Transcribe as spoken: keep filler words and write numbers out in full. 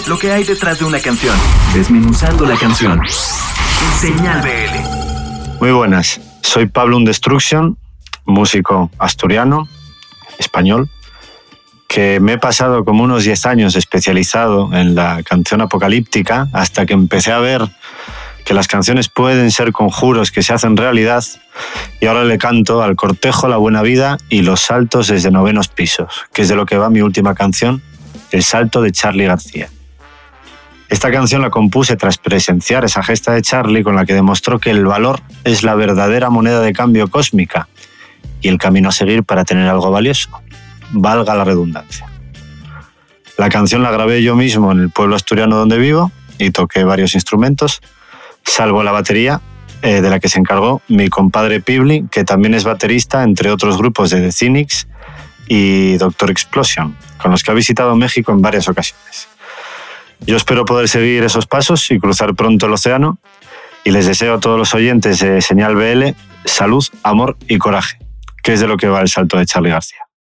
Lo que hay detrás de una canción. Desmenuzando la canción. Señal B L. Muy buenas. Soy Pablo Undestruction, músico asturiano, español, que me he pasado como unos diez años especializado en la canción apocalíptica hasta que empecé a ver que las canciones pueden ser conjuros que se hacen realidad, y ahora le canto al cortejo, la buena vida y los saltos desde novenos pisos, que es de lo que va mi última canción, El salto de Charly García. Esta canción la compuse tras presenciar esa gesta de Charly con la que demostró que el valor es la verdadera moneda de cambio cósmica y el camino a seguir para tener algo valioso, valga la redundancia. La canción la grabé yo mismo en el pueblo asturiano donde vivo y toqué varios instrumentos, salvo la batería, eh, de la que se encargó mi compadre Pibli, que también es baterista entre otros grupos de The Cynics y Doctor Explosion, con los que ha visitado México en varias ocasiones. Yo espero poder seguir esos pasos y cruzar pronto el océano, y les deseo a todos los oyentes de Señal B L salud, amor y coraje, que es de lo que va el salto de Charly García.